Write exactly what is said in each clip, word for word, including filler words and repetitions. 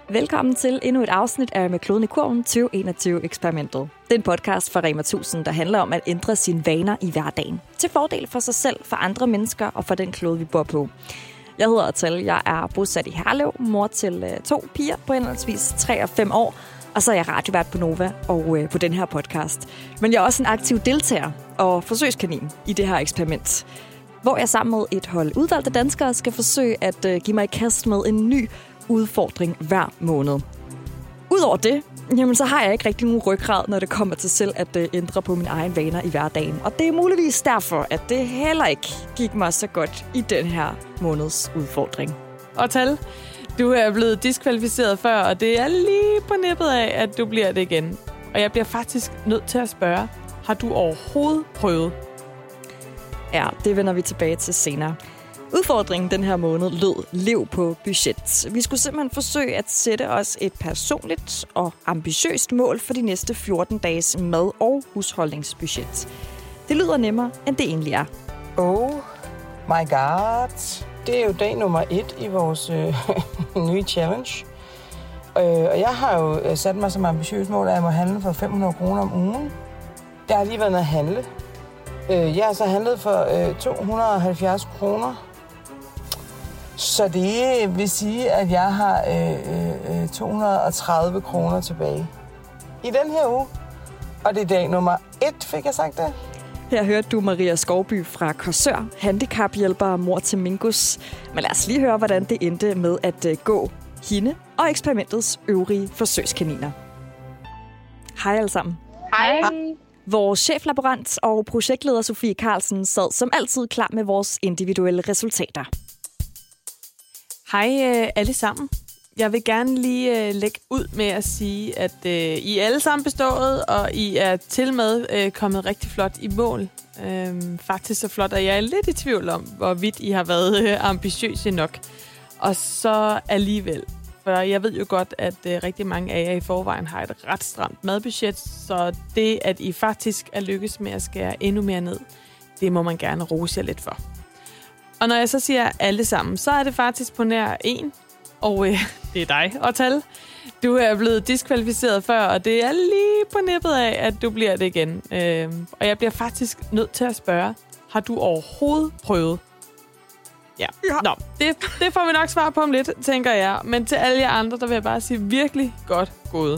Velkommen til endnu et afsnit af Med kloden i kurven tyve enogtyve-eksperimentet. Det er en podcast fra Rema tusind, der handler om at ændre sine vaner i hverdagen. Til fordel for sig selv, for andre mennesker og for den klode, vi bor på. Jeg hedder Atal, jeg er bosat i Herlev, mor til uh, to piger på henholdsvis tre og fem år. Og så er jeg radiovært på Nova og uh, på den her podcast. Men jeg er også en aktiv deltager og forsøgskanin i det her eksperiment, hvor jeg sammen med et hold udvalgte danskere skal forsøge at uh, give mig i kast med en ny udfordring hver måned. Udover det, jamen, så har jeg ikke rigtig nogen ryggrad, når det kommer til selv at uh, ændre på mine egne vaner i hverdagen. Og det er muligvis derfor, at det heller ikke gik mig så godt i den her måneds udfordring. Og Tal, du er blevet diskvalificeret før, og det er lige på nippet af, at du bliver det igen. Og jeg bliver faktisk nødt til at spørge, har du overhovedet prøvet? Ja, det vender vi tilbage til senere. Udfordringen den her måned lød lev på budget. Vi skulle simpelthen forsøge at sætte os et personligt og ambitiøst mål for de næste fjorten dages mad- og husholdningsbudget. Det lyder nemmere, end det egentlig er. Oh my god. Det er jo dag nummer et i vores øh, nye challenge. Øh, og jeg har jo sat mig som ambitiøst mål, at jeg må handle for fem hundrede kroner om ugen. Jeg har lige været nede at handle. Øh, jeg har så handlet for øh, to hundrede og halvfjerds kroner. Så det vil sige, at jeg har øh, øh, to hundrede og tredive kroner tilbage i den her uge. Og det er dag nummer et, fik jeg sagt det. Her hørte du Maria Skovby fra Korsør, handicaphjælper og mor til Mingus. Men lad os lige høre, hvordan det endte med at uh, gå hende og eksperimentets øvrige forsøgskaniner. Hej alle sammen. Hej. Vores cheflaborant og projektleder Sofie Carlsen sad som altid klar med vores individuelle resultater. Hej øh, alle sammen. Jeg vil gerne lige øh, lægge ud med at sige, at øh, I er alle sammen bestået, og I er til med øh, kommet rigtig flot i mål. Øhm, faktisk så flot, at jeg er lidt i tvivl om, hvorvidt I har været øh, ambitiøse nok. Og så alligevel. For jeg ved jo godt, at øh, rigtig mange af jer i forvejen har et ret stramt madbudget, så det, at I faktisk er lykkes med at skære endnu mere ned, det må man gerne rose jer lidt for. Og når jeg så siger alle sammen, så er det faktisk på nær en, og øh, det er dig, Atal. Du er blevet diskvalificeret før, og det er lige på nippet af, at du bliver det igen. Øh, og jeg bliver faktisk nødt til at spørge, har du overhovedet prøvet? Ja. ja. Nå, det, det får vi nok svar på om lidt, tænker jeg. Men til alle jer andre, der vil jeg bare sige virkelig godt gået.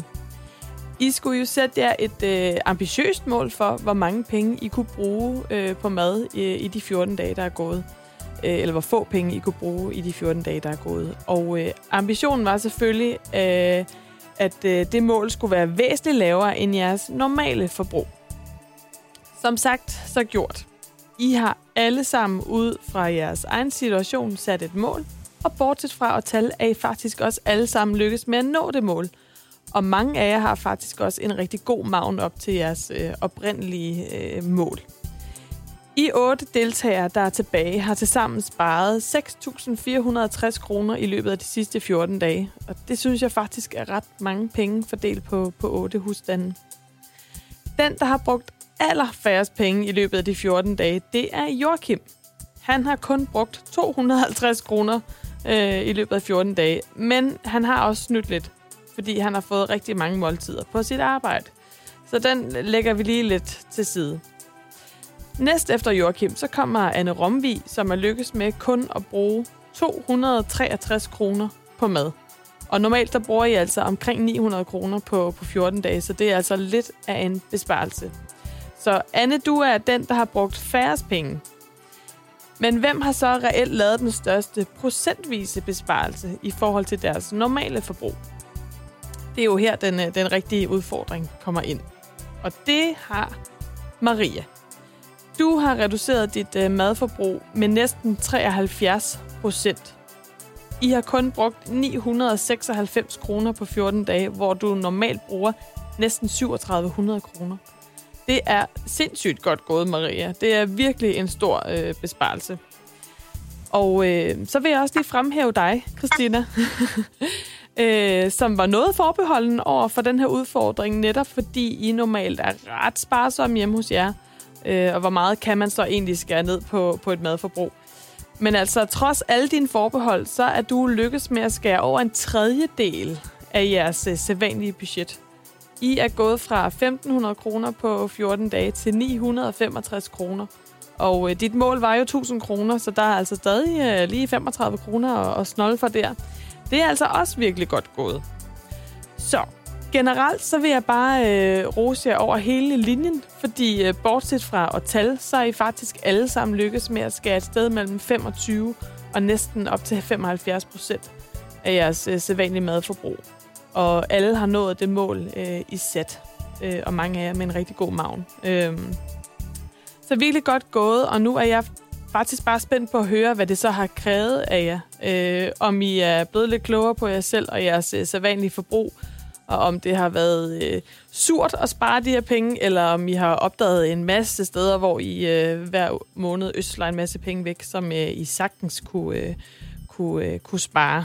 I skulle jo sætte jer et øh, ambitiøst mål for, hvor mange penge I kunne bruge øh, på mad i, i de fjorten dage, der er gået. Eller hvor få penge I kunne bruge i de fjorten dage, der er gået. Og øh, ambitionen var selvfølgelig, øh, at øh, det mål skulle være væsentligt lavere end jeres normale forbrug. Som sagt, så gjort. I har alle sammen ud fra jeres egen situation sat et mål, og bortset fra at tale, er I faktisk også alle sammen lykkes med at nå det mål. Og mange af jer har faktisk også en rigtig god maven op til jeres øh, oprindelige øh, mål. I otte deltagere, der er tilbage, har tilsammen sparet seks tusind fire hundrede og tres kroner i løbet af de sidste fjorten dage. Og det synes jeg faktisk er ret mange penge fordelt på, på otte husstande. Den, der har brugt allerfærrest penge i løbet af de fjorten dage, det er Joachim. Han har kun brugt to hundrede og halvtreds kroner øh, i løbet af fjorten dage. Men han har også snydt lidt, fordi han har fået rigtig mange måltider på sit arbejde. Så den lægger vi lige lidt til side. Næst efter Joachim, så kommer Anne Romvig, som er lykkes med kun at bruge to hundrede og treogtres kroner på mad. Og normalt der bruger I altså omkring ni hundrede kroner på, på fjorten dage, så det er altså lidt af en besparelse. Så Anne, du er den, der har brugt færrest penge. Men hvem har så reelt lavet den største procentvise besparelse i forhold til deres normale forbrug? Det er jo her, den, den rigtige udfordring kommer ind. Og det har Maria. Du har reduceret dit øh, madforbrug med næsten treoghalvfjerds procent. I har kun brugt ni hundrede og seksoghalvfems kroner på fjorten dage, hvor du normalt bruger næsten syv tusind tre hundrede kroner. Det er sindssygt godt gået, Maria. Det er virkelig en stor øh, besparelse. Og øh, så vil jeg også lige fremhæve dig, Christina, øh, som var noget forbeholden over for den her udfordring, netop fordi I normalt er ret sparsomme hjemme hos jer. Øh, og hvor meget kan man så egentlig skære ned på, på et madforbrug. Men altså, trods alle dine forbehold, så er du lykkes med at skære over en tredjedel af jeres øh, sædvanlige budget. I er gået fra femten hundrede kroner på fjorten dage til ni hundrede og femogtres kroner. Og øh, dit mål var jo tusind kroner, så der er altså stadig øh, lige femogtredive kroner at, at snolde for der. Det er altså også virkelig godt gået. Så generelt så vil jeg bare øh, rose jer over hele linjen, fordi øh, bortset fra at tal, så er I faktisk alle sammen lykkes med at skære et sted mellem femogtyve og næsten op til femoghalvfjerds procent af jeres øh, sædvanlige madforbrug. Og alle har nået det mål øh, i sæt, øh, og mange af jer med en rigtig god maven. Øh, så virkelig godt gået, og nu er jeg faktisk bare spændt på at høre, hvad det så har krævet af jer. Øh, om I er blevet lidt klogere på jer selv og jeres øh, sædvanlige forbrug, og om det har været øh, surt at spare de her penge, eller om I har opdaget en masse steder, hvor I øh, hver måned ødsler en masse penge væk, som øh, I sagtens kunne, øh, kunne, øh, kunne spare.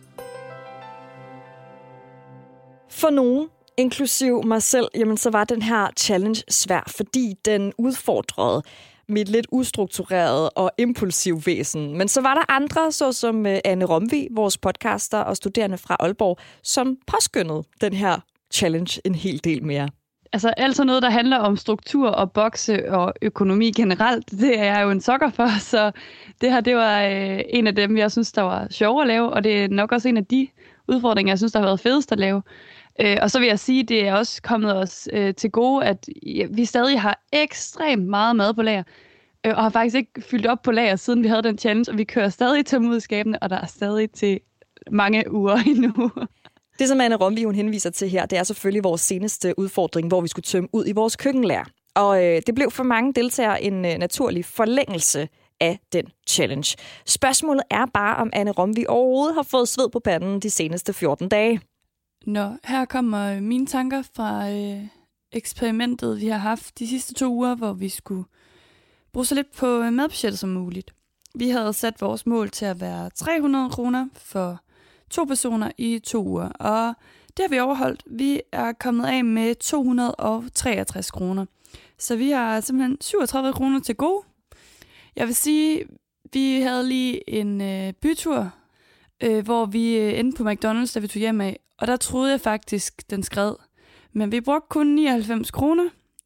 For nogen, inklusiv mig selv, jamen, så var den her challenge svær, fordi den udfordrede mit lidt ustrukturerede og impulsiv væsen. Men så var der andre, såsom Anne Romvig, vores podcaster og studerende fra Aalborg, som påskyndede den her challenge en hel del mere. Altså alt sådan noget, der handler om struktur og bokse og økonomi generelt, det er jeg jo en sokker for, så det her, det var øh, en af dem, jeg synes, der var sjov at lave, og det er nok også en af de udfordringer, jeg synes, der har været fedest at lave. Øh, og så vil jeg sige, det er også kommet os øh, til gode, at vi stadig har ekstremt meget mad på lager, øh, og har faktisk ikke fyldt op på lager, siden vi havde den challenge, og vi kører stadig tømme ud i skabene, og der er stadig til mange uger endnu. Det, som Anne Romvig, hun henviser til her, det er selvfølgelig vores seneste udfordring, hvor vi skulle tømme ud i vores køkkenlager. Og øh, det blev for mange deltagere en øh, naturlig forlængelse af den challenge. Spørgsmålet er bare, om Anne Romvig overhovedet har fået sved på panden de seneste fjorten dage. Nå, her kommer mine tanker fra øh, eksperimentet, vi har haft de sidste to uger, hvor vi skulle bruge så lidt på madbudgettet som muligt. Vi havde sat vores mål til at være tre hundrede kroner for to personer i to uger, og det har vi overholdt. Vi er kommet af med to hundrede og treogtres kroner, så vi har simpelthen syvogtredive kroner til gode. Jeg vil sige, vi havde lige en øh, bytur, øh, hvor vi øh, endte på McDonald's, da vi tog hjem af, og der troede jeg faktisk, den skred. Men vi brugte kun nioghalvfems kroner,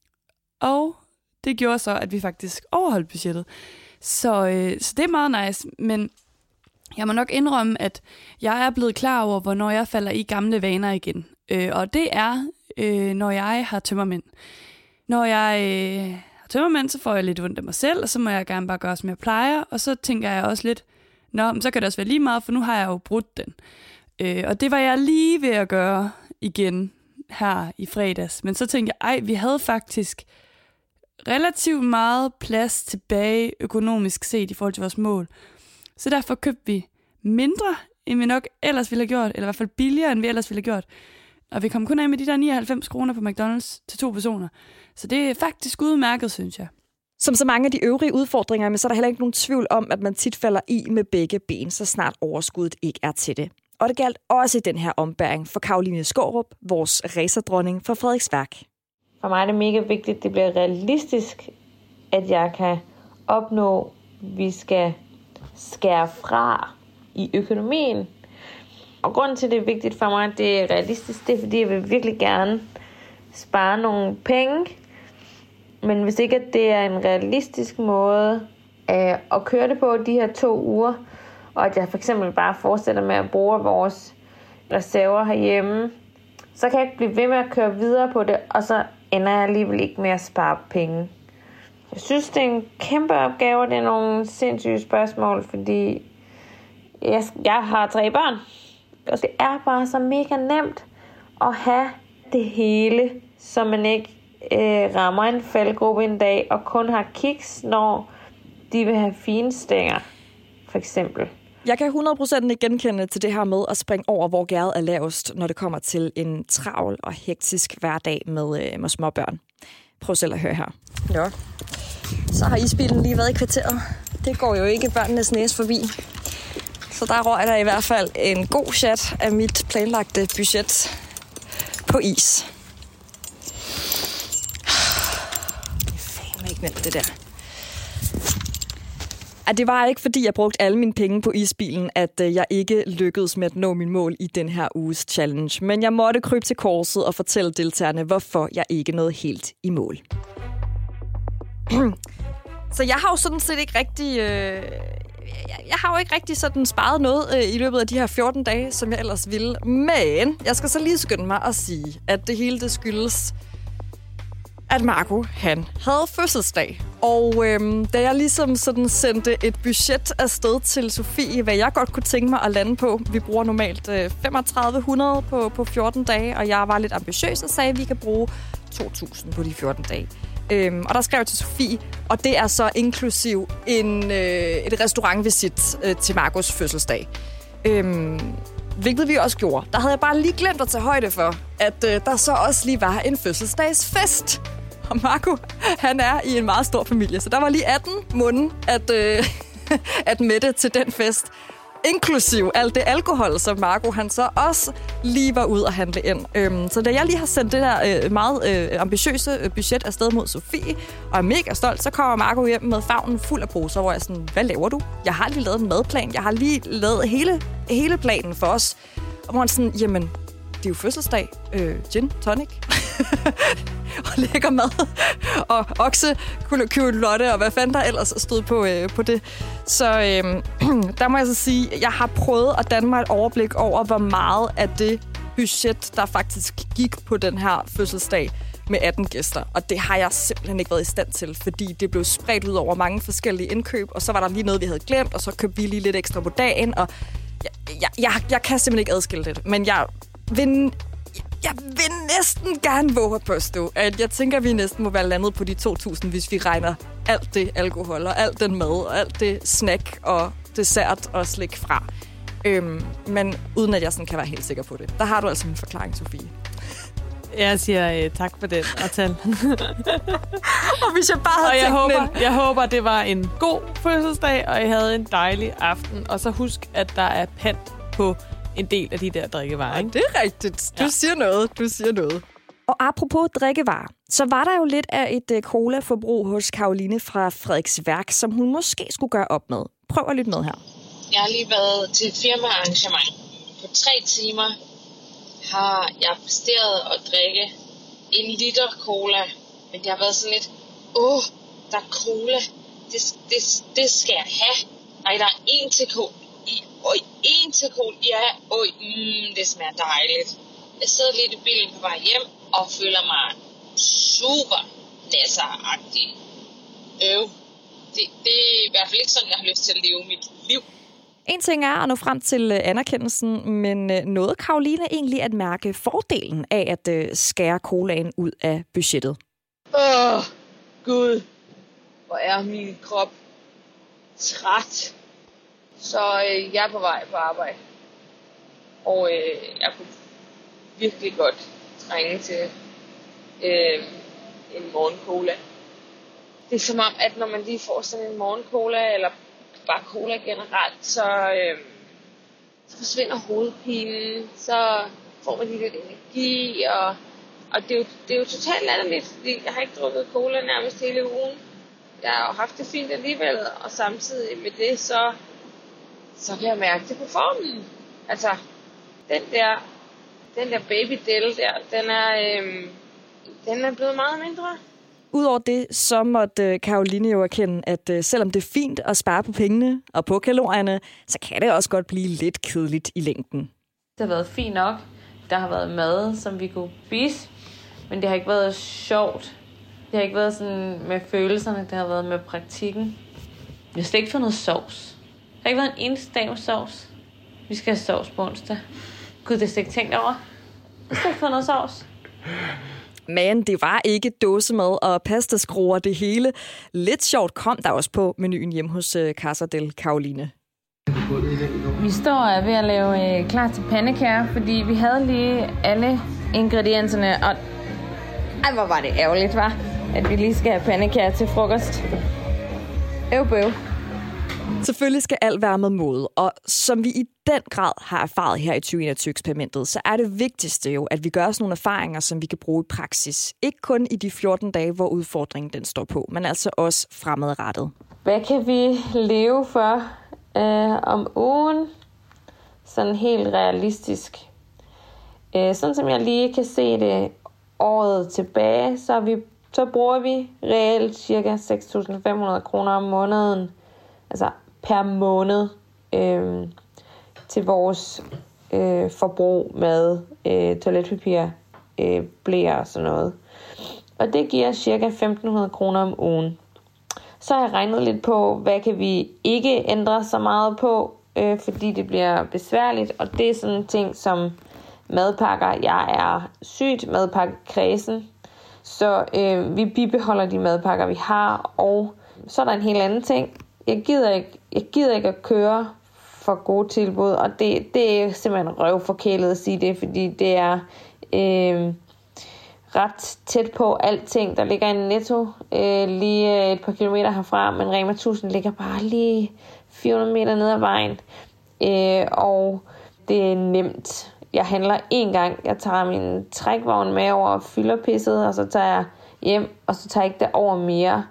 og det gjorde så, at vi faktisk overholdt budgettet. Så, øh, så det er meget nice, men jeg må nok indrømme, at jeg er blevet klar over, hvornår jeg falder i gamle vaner igen. Øh, og det er, øh, når jeg har tømmermænd. Når jeg øh, har tømmermænd, så får jeg lidt ondt af mig selv, og så må jeg gerne bare gøre, som jeg plejer. Og så tænker jeg også lidt, nå, men så kan det også være lige meget, for nu har jeg jo brudt den. Øh, og det var jeg lige ved at gøre igen her i fredags. Men så tænkte jeg, ej, vi havde faktisk relativt meget plads tilbage økonomisk set i forhold til vores mål. Så derfor købte vi mindre, end vi nok ellers ville have gjort, eller i hvert fald billigere, end vi ellers ville have gjort. Og vi kom kun af med de der nioghalvfems kroner på McDonald's til to personer. Så det er faktisk udmærket, synes jeg. Som så mange af de øvrige udfordringer, men så er der heller ikke nogen tvivl om, at man tit falder i med begge ben, så snart overskuddet ikke er til det. Og det galt også i den her ombæring for Karoline Skårup, vores racerdronning fra Frederiksværk. For mig er det mega vigtigt, at det bliver realistisk, at jeg kan opnå, at vi skal skære fra i økonomien. Og grunden til, at det er vigtigt for mig, at det er realistisk, det er, fordi jeg vil virkelig gerne spare nogle penge. Men hvis ikke at det er en realistisk måde øh, at køre det på de her to uger, og at jeg for eksempel bare fortsætter med at bruge vores reserver herhjemme, så kan jeg ikke blive ved med at køre videre på det, og så ender jeg alligevel ikke med at spare penge. Jeg synes, det er en kæmpe opgave, det er nogle sindssyge spørgsmål, fordi jeg, jeg har tre børn. Og det er bare så mega nemt at have det hele, så man ikke øh, rammer en faldgruppe en dag, og kun har kiks, når de vil have fine stænger, for eksempel. Jeg kan hundrede procent ikke genkende til det her med at springe over, hvor gærdet er lavest, når det kommer til en travl og hektisk hverdag med, øh, med småbørn. Prøv selv at høre her. Ja. Så har isbilen lige været i kvarteret. Det går jo ikke børnenes næse forbi. Så der røg der i hvert fald en god chat af mit planlagte budget på is. Det er fandme ikke nemt, det der. at det var ikke, fordi jeg brugte alle mine penge på isbilen, at øh, jeg ikke lykkedes med at nå min mål i den her uges challenge. Men jeg måtte krybe til korset og fortælle deltagerne, hvorfor jeg ikke nåede helt i mål. Så jeg har jo sådan set ikke rigtig... Øh, jeg har jo ikke rigtig sådan sparet noget øh, i løbet af de her fjorten dage, som jeg ellers ville. Men jeg skal så lige skynde mig at sige, at det hele det skyldes, at Marco, han havde fødselsdag. Og øhm, da jeg ligesom sådan sendte et budget afsted til Sofie, hvad jeg godt kunne tænke mig at lande på. Vi bruger normalt øh, femogtredive hundrede på, på fjorten dage, og jeg var lidt ambitiøs og sagde, at vi kan bruge to tusind på de fjorten dage. Øhm, og der skrev jeg til Sofie, og det er så inklusiv en, øh, et restaurantvisit øh, til Marcos fødselsdag. Øhm, hvilket vi også gjorde. Der havde jeg bare lige glemt at tage højde for, at øh, der så også lige var en fødselsdagsfest. Og Marco, han er i en meget stor familie, så der var lige atten munden at, øh, at mætte til den fest. Inklusiv alt det alkohol, som Marco han så også lige var ude at handle ind. Øhm, så da jeg lige har sendt det der øh, meget øh, ambitiøse budget afsted mod Sofie, og er mega stolt, så kommer Marco hjem med favnen fuld af poser, hvor jeg er sådan, hvad laver du? Jeg har lige lavet en madplan. Jeg har lige lavet hele, hele planen for os. Og hvor han sådan, jamen, det er jo fødselsdag. Øh, gin, tonic. og lækker mad. og okse, lotte og hvad fanden der ellers stod på, øh, på det. Så øh, der må jeg så sige, at jeg har prøvet at danne mig et overblik over, hvor meget af det budget, der faktisk gik på den her fødselsdag med atten gæster. Og det har jeg simpelthen ikke været i stand til, fordi det blev spredt ud over mange forskellige indkøb, og så var der lige noget, vi havde glemt, og så købte vi lige lidt ekstra på dagen, og jeg, jeg, jeg, jeg kan simpelthen ikke adskille det. Men jeg vil, jeg vil næsten gerne våge at påstå, at jeg tænker, at vi næsten må være landet på de to tusind, hvis vi regner alt det alkohol, og alt den mad, og alt det snack, og dessert og slik fra. Øhm, men uden at jeg sådan kan være helt sikker på det. Der har du altså min forklaring, Sofie. Jeg siger uh, tak for den, Atal. og hvis jeg bare havde og jeg tænkt håber, en... jeg håber, det var en god fødselsdag, og I havde en dejlig aften. Og så husk, at der er pant på en del af de der drikkevarer, ikke? Ja, det er rigtigt. Du ja. siger noget. Du siger noget. Og apropos drikkevarer, så var der jo lidt af et uh, cola-forbrug hos Caroline fra Frederiksværk, som hun måske skulle gøre op med. Prøv at lytte med her. Jeg har lige været til et firmaarrangement. På tre timer har jeg præsteret at drikke en liter cola. Men det har været sådan lidt, åh, der er cola. Det, det, det skal jeg have. Ej, der er en til cola. Oj, en til cola. Ja, oj, mm, det smager dejligt. Jeg sidder lidt i bilen på vej hjem og føler mig super nasser-agtig. Øv. Det, det er i hvert fald ikke sådan, jeg har lyst til at leve mit liv. En ting er at nå frem til anerkendelsen, men nåede Caroline egentlig at mærke fordelen af at skære colaen ud af budgettet? Åh, oh, Gud. Hvor er min krop træt. Så øh, jeg er på vej på arbejde. Og øh, jeg kunne virkelig godt trænge til øh, en morgencola. Det er som om, at når man lige får sådan en morgencola, eller bare cola generelt, så, øh, så forsvinder hovedpinen, så får man lige lidt energi, og, og det, er jo, det er jo totalt latterligt, fordi jeg har ikke drukket cola nærmest hele ugen. Jeg har jo haft det fint alligevel, og samtidig med det, så, så kan jeg mærke det på formen. Altså, den der, den der baby Del der, den er, øh, den er blevet meget mindre. Udover det, så måtte Caroline jo erkende, at selvom det er fint at spare på pengene og på kalorierne, så kan det også godt blive lidt kedeligt i længden. Det har været fint nok. Der har været mad, som vi kunne spise, men det har ikke været sjovt. Det har ikke været sådan med følelserne, det har været med praktikken. Vi har slet ikke fået noget sovs. Der har ikke været en eneste dag med sovs. Vi skal have sovs på onsdag. Gud, det har ikke tænkt over. Jeg har ikke fået noget sovs. Men det var ikke dåsemad og pastaskruer det hele. Lidt sjovt kom der også på menuen hjemme hos Casa del Caroline. Vi står og er ved at lave øh, klar til pandekager, fordi vi havde lige alle ingredienserne. Og ej, hvor var det ærgerligt, var, at vi lige skal have pandekager til frokost. Øv bøv. Selvfølgelig skal alt være med måde, og som vi i den grad har erfaret her i tyve enogtyve-eksperimentet, så er det vigtigste jo, at vi gør os nogle erfaringer, som vi kan bruge i praksis. Ikke kun i de fjorten dage, hvor udfordringen den står på, men altså også fremadrettet. Hvad kan vi leve for øh, om ugen? Sådan helt realistisk. Øh, sådan som jeg lige kan se det året tilbage, så, vi, så bruger vi reelt cirka seks tusind fem hundrede kroner om måneden. Altså per måned øh, til vores øh, forbrug med øh, toiletpapir, øh, bleer og sådan noget. Og det giver cirka femten hundrede kroner om ugen. Så har jeg regnet lidt på, hvad kan vi ikke ændre så meget på, øh, fordi det bliver besværligt. Og det er sådan en ting som madpakker. Jeg er sygt madpakkekredsen, så øh, vi bibeholder de madpakker, vi har. Og så er der en helt anden ting. Jeg gider ikke, jeg gider ikke at køre for gode tilbud, og det, det er simpelthen røvforkælet at sige det, fordi det er øh, ret tæt på alting. Der ligger en Netto øh, lige et par kilometer herfra, men Rema tusind ligger bare lige fire hundrede meter ned ad vejen. Øh, og det er nemt. Jeg handler én gang. Jeg tager min trækvogn med over og fylder pisset, og så tager jeg hjem, og så tager jeg ikke det over mere.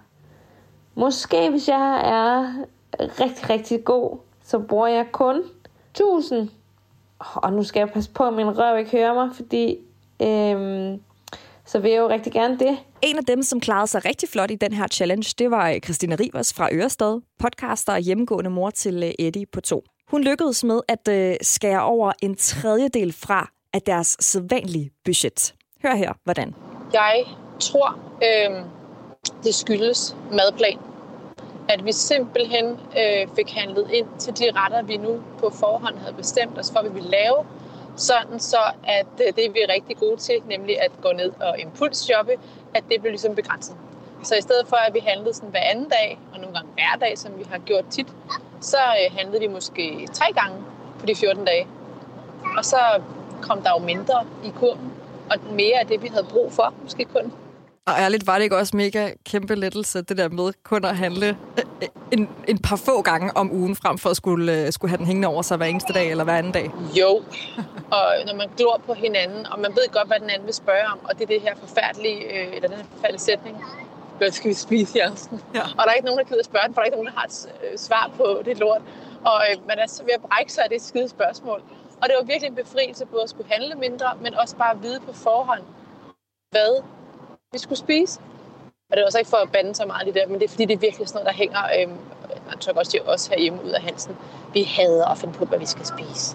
Måske hvis jeg er rigtig, rigtig god, så bruger jeg kun tusind. Og nu skal jeg passe på, at min røv ikke hører mig, fordi øhm, så vil jeg jo rigtig gerne det. En af dem, som klarede sig rigtig flot i den her challenge, det var Christina Rivers fra Ørestad, podcaster og hjemmegående mor til Eddie på to. Hun lykkedes med at øh, skære over en tredjedel fra af deres sædvanlige budget. Hør her, hvordan. Jeg tror, øh, det skyldes madplan. At vi simpelthen øh, fik handlet ind til de retter, vi nu på forhånd havde bestemt os for, at vi ville lave. Sådan så, at øh, det er vi rigtig gode til, nemlig at gå ned og impulsshoppe, at det blev ligesom begrænset. Så i stedet for, at vi handlede sådan hver anden dag, og nogle gange hver dag, som vi har gjort tit, så øh, handlede vi måske tre gange på de fjorten dage. Og så kom der jo mindre i kurven, og mere af det, vi havde brug for, måske kun. Og ærligt var det ikke også mega kæmpe lettelse, det der med kun at handle en, en par få gange om ugen, frem for at skulle, skulle have den hængende over sig hver eneste dag eller hver anden dag? Jo, og når man glor på hinanden, og man ved godt, hvad den anden vil spørge om, og det er det her forfærdelige, øh, eller den her forfærdelige sætning, hvad skal vi spise i aften? Ja. Og der er ikke nogen, der gider spørge den, for der er ikke nogen, der har et øh, svar på det lort. Og øh, man er så ved at brække sig af det skide spørgsmål. Og det var virkelig en befrielse, både at skulle handle mindre, men også bare at vide på forhånd, hvad vi skulle spise. Og det var så ikke for at bande så meget i det der, men det er fordi, det er virkelig sådan noget, der hænger, øhm, jeg tror også, det er os herhjemme ud af Hansen. Vi hader at finde på, hvad vi skal spise.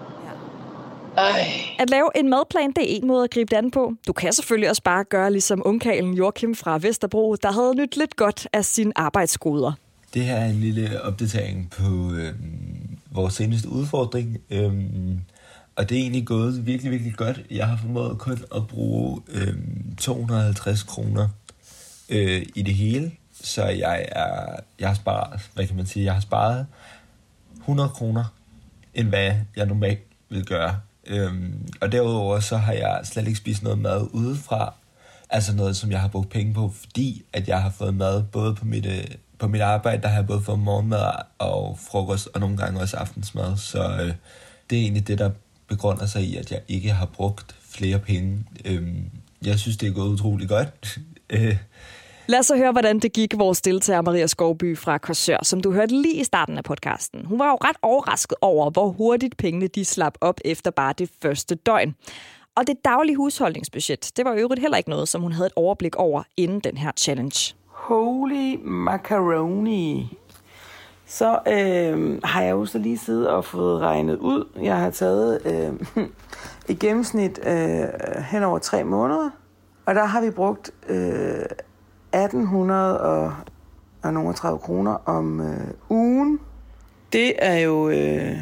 Ja. At lave en madplan, det er en måde at gribe det an på. Du kan selvfølgelig også bare gøre ligesom ungkarlen Joachim fra Vesterbro, der havde nyt lidt godt af sine arbejdsgoder. Det her er en lille opdatering på øhm, vores seneste udfordring. Øhm, Og det er egentlig gået virkelig, virkelig godt. Jeg har formået kun at bruge øh, to hundrede og halvtreds kroner øh, i det hele. Så jeg er, jeg har sparet, hvad kan man sige, jeg har sparet hundrede kroner, end hvad jeg normalt vil gøre. Øhm, og derudover så har jeg slet ikke spist noget mad udefra. Altså noget, som jeg har brugt penge på, fordi at jeg har fået mad både på mit, øh, på mit arbejde, der har jeg både fået morgenmad og frokost, og nogle gange også aftensmad. Så øh, det er egentlig det, der begrunder sig i, at jeg ikke har brugt flere penge. Øhm, jeg synes, det er gået utroligt godt. Lad os så høre, hvordan det gik vores deltager Maria Skovby fra Korsør, som du hørte lige i starten af podcasten. Hun var jo ret overrasket over, hvor hurtigt pengene de slap op efter bare det første døgn. Og det daglige husholdningsbudget, det var jo øvrigt heller ikke noget, som hun havde et overblik over inden den her challenge. Holy macaroni. Så øh, har jeg jo så lige siddet og fået regnet ud. Jeg har taget øh, i gennemsnit øh, hen over tre måneder. Og der har vi brugt øh, atten hundrede og tredive kroner om øh, ugen. Det er jo... Øh,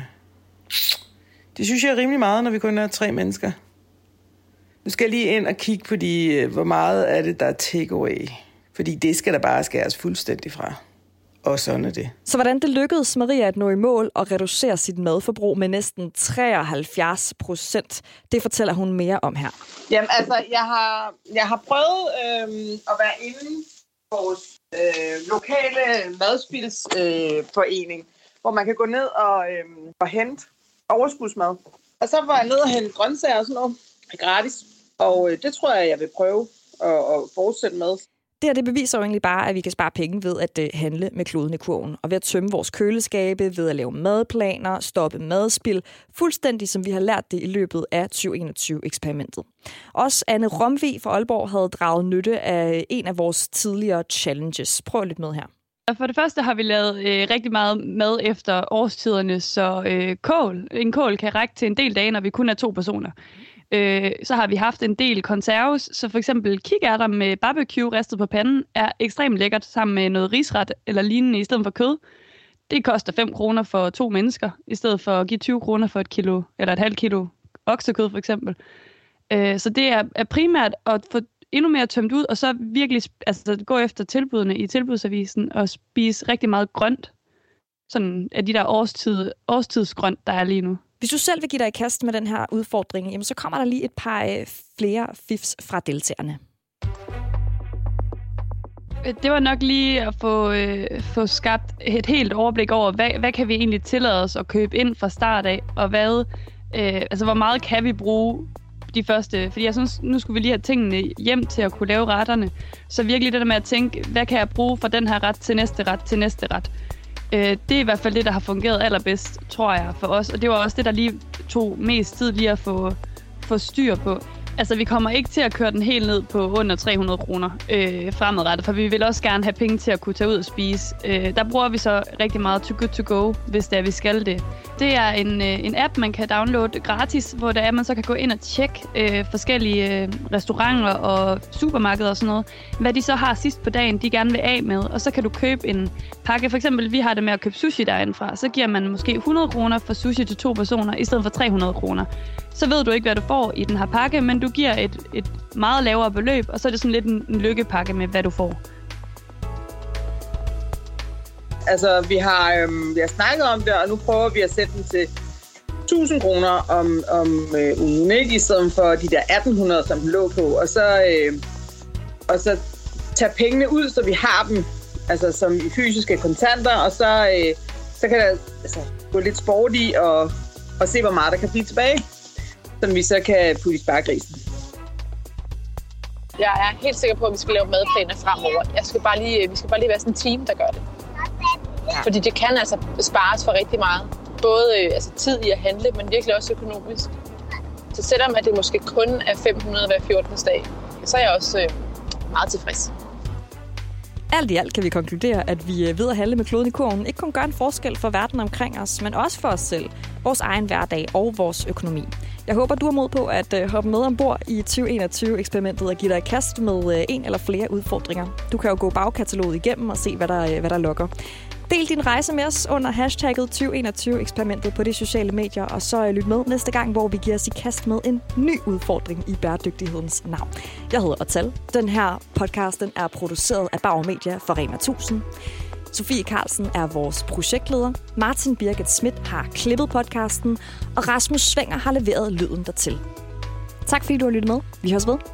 det synes jeg er rimelig meget, når vi kun er tre mennesker. Nu skal jeg lige ind og kigge på, de, øh, hvor meget af det, der er takeaway. Fordi det skal der bare skæres fuldstændig fra. Og sådan er det. Så hvordan det lykkedes Maria at nå i mål og reducere sit madforbrug med næsten treoghalvfjerds procent, det fortæller hun mere om her. Jamen altså, jeg har, jeg har prøvet øh, at være inde på vores øh, lokale madspilsforening, øh, hvor man kan gå ned og, øh, og hente overskudsmad. Og så var jeg ned og hente grøntsager og sådan noget gratis. Og øh, det tror jeg, jeg vil prøve at, at fortsætte med. Det her det beviser jo egentlig bare, at vi kan spare penge ved at uh, handle med kloden i kurven, og ved at tømme vores køleskabe, ved at lave madplaner, stoppe madspild, fuldstændig som vi har lært det i løbet af tyve enogtyve-eksperimentet. Også Anne Romvig fra Aalborg havde draget nytte af en af vores tidligere challenges. Prøv lidt med her. For det første har vi lavet øh, rigtig meget mad efter årstiderne, så øh, kål, en kål kan række til en del dage, når vi kun er to personer. Øh, så har vi haft en del konserves, så for eksempel kikærter med barbecue ristet på panden er ekstremt lækkert sammen med noget risret eller lignende i stedet for kød. Det koster fem kroner for to mennesker, i stedet for at give tyve kroner for et kilo, eller et halvt kilo oksekød for eksempel. Øh, så det er, er primært at få endnu mere tømt ud, og så virkelig altså, gå efter tilbudene i tilbudsavisen og spise rigtig meget grønt. Sådan af de der årstid, årstidsgrønt, der er lige nu. Hvis du selv vil give dig i kast med den her udfordring, jamen, så kommer der lige et par øh, flere fifs fra deltagerne. Det var nok lige at få, øh, få skabt et helt overblik over, hvad, hvad kan vi egentlig tillade os at købe ind fra start af, og hvad, øh, altså, hvor meget kan vi bruge de første, fordi jeg synes, nu skulle vi lige have tingene hjem til at kunne lave retterne. Så virkelig det der med at tænke, hvad kan jeg bruge fra den her ret til næste ret til næste ret. Øh, det er i hvert fald det, der har fungeret allerbedst, tror jeg, for os. Og det var også det, der lige tog mest tid lige at få, få styr på. Altså, vi kommer ikke til at køre den helt ned på under tre hundrede kroner øh, fremadrettet, for vi vil også gerne have penge til at kunne tage ud og spise. Øh, der bruger vi så rigtig meget Too Good To Go, hvis det er, vi skal det. Det er en, øh, en app, man kan downloade gratis, hvor der er, man så kan gå ind og tjekke øh, forskellige øh, restauranter og supermarkeder og sådan noget, hvad de så har sidst på dagen, de gerne vil af med. Og så kan du købe en pakke. For eksempel, vi har det med at købe sushi derindefra. Så giver man måske hundrede kroner for sushi til to personer, i stedet for tre hundrede kroner. Så ved du ikke, hvad du får i den her pakke, men du giver et, et meget lavere beløb, og så er det sådan lidt en, en lykkepakke med, hvad du får. Altså, vi har, øhm, vi har snakket om det, og nu prøver vi at sætte den til tusind kroner om, om øh, ugen, ikke? I stedet for de der atten hundrede, som den lå på. Og så, øh, og så tage pengene ud, så vi har dem, altså som i fysiske kontanter, og så, øh, så kan der altså, gå lidt sport i og, og se, hvor meget der kan blive tilbage, som vi så kan putte i sparegrisen. Jeg er helt sikker på, at vi skal lave madplaner fremover. Jeg skal bare lige, vi skal bare lige være sådan en team, der gør det. Ja. Fordi det kan altså spares for rigtig meget. Både altså, tid i at handle, men virkelig også økonomisk. Så selvom at det måske kun er fem hundrede hver fjortende dag, så er jeg også øh, meget tilfreds. Alt i alt kan vi konkludere, at vi ved at handle med kloden i kurven ikke kun gør en forskel for verden omkring os, men også for os selv, vores egen hverdag og vores økonomi. Jeg håber, du har mod på at hoppe med ombord i tyve enogtyve-eksperimentet og give dig i kast med en eller flere udfordringer. Du kan jo gå bagkataloget igennem og se, hvad der, hvad der lokker. Del din rejse med os under hashtagget tyve enogtyve-eksperimentet på de sociale medier, og så lyt med næste gang, hvor vi giver os i kast med en ny udfordring i bæredygtighedens navn. Jeg hedder Otal. Den her podcast den er produceret af Bauer Media for Rema tusind. Sofie Carlsen er vores projektleder, Martin Birgit Schmidt har klippet podcasten, og Rasmus Swenger har leveret lyden dertil. Tak fordi du har lyttet med. Vi høres ved.